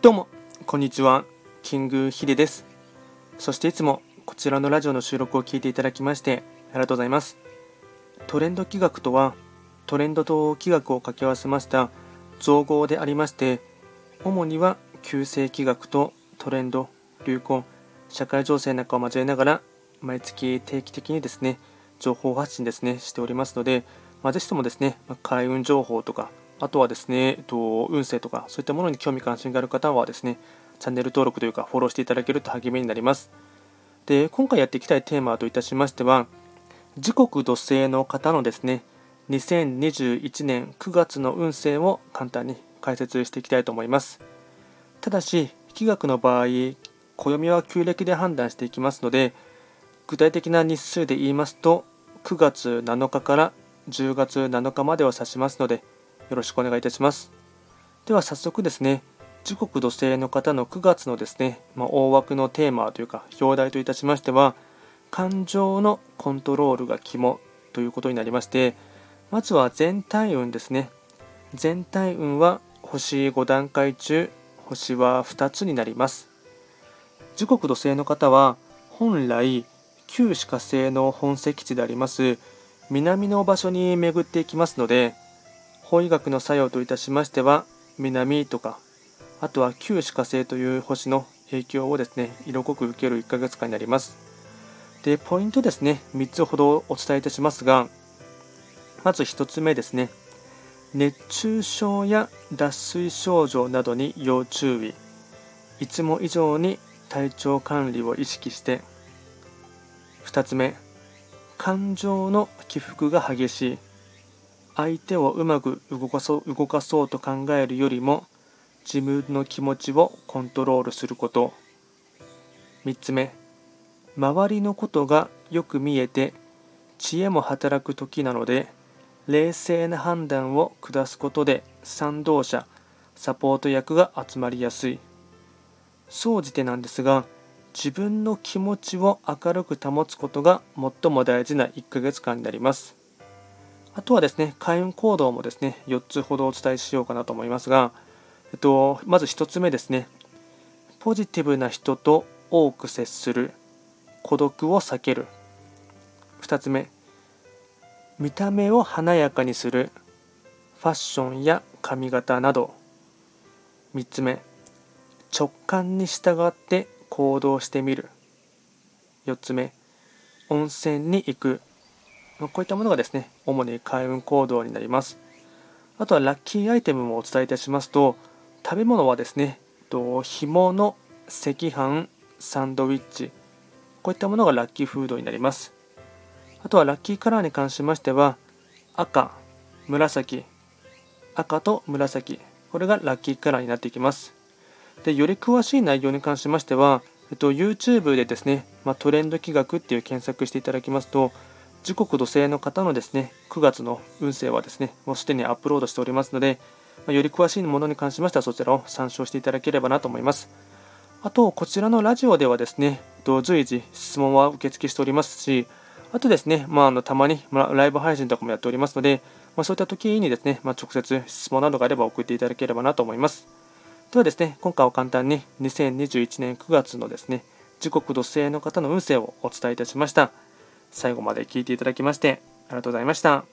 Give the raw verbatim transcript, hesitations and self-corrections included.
どうもこんにちは、キングヒデです。そしていつもこちらのラジオの収録を聞いていただきましてありがとうございます。トレンド企画とは、トレンドと企画を掛け合わせました造語でありまして、主には旧世企画とトレンド、流行、社会情勢なんかを交えながら毎月定期的にですね情報発信ですねしておりますので、まあ、ぜひともですね開運情報とか、あとはですね、えっと、運勢とかそういったものに興味関心がある方はですね、チャンネル登録というかフォローしていただけると励みになります。で、今回やっていきたいテーマといたしましては、時刻土星の方のですね、にせんにじゅういちねんくがつの運勢を簡単に解説していきたいと思います。ただし、気学の場合、暦は旧暦で判断していきますので、具体的な日数で言いますと、くがつなのかからじゅうがつなのかまでを指しますので、よろしくお願いいたします。では早速ですね、時刻土星の方のくがつのですね、まあ、大枠のテーマというか表題といたしましては、感情のコントロールが肝ということになりまして、まずは全体運ですね。全体運は星ごだんかい中、星はふたつになります。時刻土星の方は本来旧歯科星の本石地であります南の場所に巡っていきますので、法医学の作用といたしましては、南とか、あとは旧歯科星という星の影響をですね、色濃く受けるいっかげつかんになります。で、ポイントですね、みっつほどお伝えいたしますが、まずひとつめですね、熱中症や脱水症状などに要注意。いつも以上に体調管理を意識して。ふたつめ、感情の起伏が激しい。相手をうまく動かそう、動かそうと考えるよりも、自分の気持ちをコントロールすること。みっつめ、周りのことがよく見えて、知恵も働く時なので、冷静な判断を下すことで賛同者、サポート役が集まりやすい。総じてなんですが、自分の気持ちを明るく保つことが最も大事ないっかげつかんになります。あとはですね、開運行動もですね、よっつほどお伝えしようかなと思いますが、えっと、まずひとつめですね、ポジティブな人と多く接する、孤独を避ける。ふたつめ、見た目を華やかにする、ファッションや髪型など。みっつめ、直感に従って行動してみる。よっつめ、温泉に行く。こういったものがですね、主に開運行動になります。あとはラッキーアイテムもお伝えいたしますと、食べ物はですね、干物、赤飯、サンドイッチ、こういったものがラッキーフードになります。あとはラッキーカラーに関しましては、赤、紫、赤と紫、これがラッキーカラーになっていきます。で、より詳しい内容に関しましては、えっと、YouTube でですね、まあ、トレンド企画っていう検索していただきますと、時刻土星の方のですね、くがつの運勢はですね、もうすでにアップロードしておりますので、まあ、より詳しいものに関しましてはそちらを参照していただければなと思います。あと、こちらのラジオではですね、随時質問は受付しておりますし、あとですね、まあ、あのたまに、まあ、ライブ配信とかもやっておりますので、まあ、そういった時にですね、まあ、直接質問などがあれば送っていただければなと思います。ではですね、今回は簡単ににせんにじゅういちねんくがつのですね、時刻土星の方の運勢をお伝えいたしました。最後まで聞いていただきましてありがとうございました。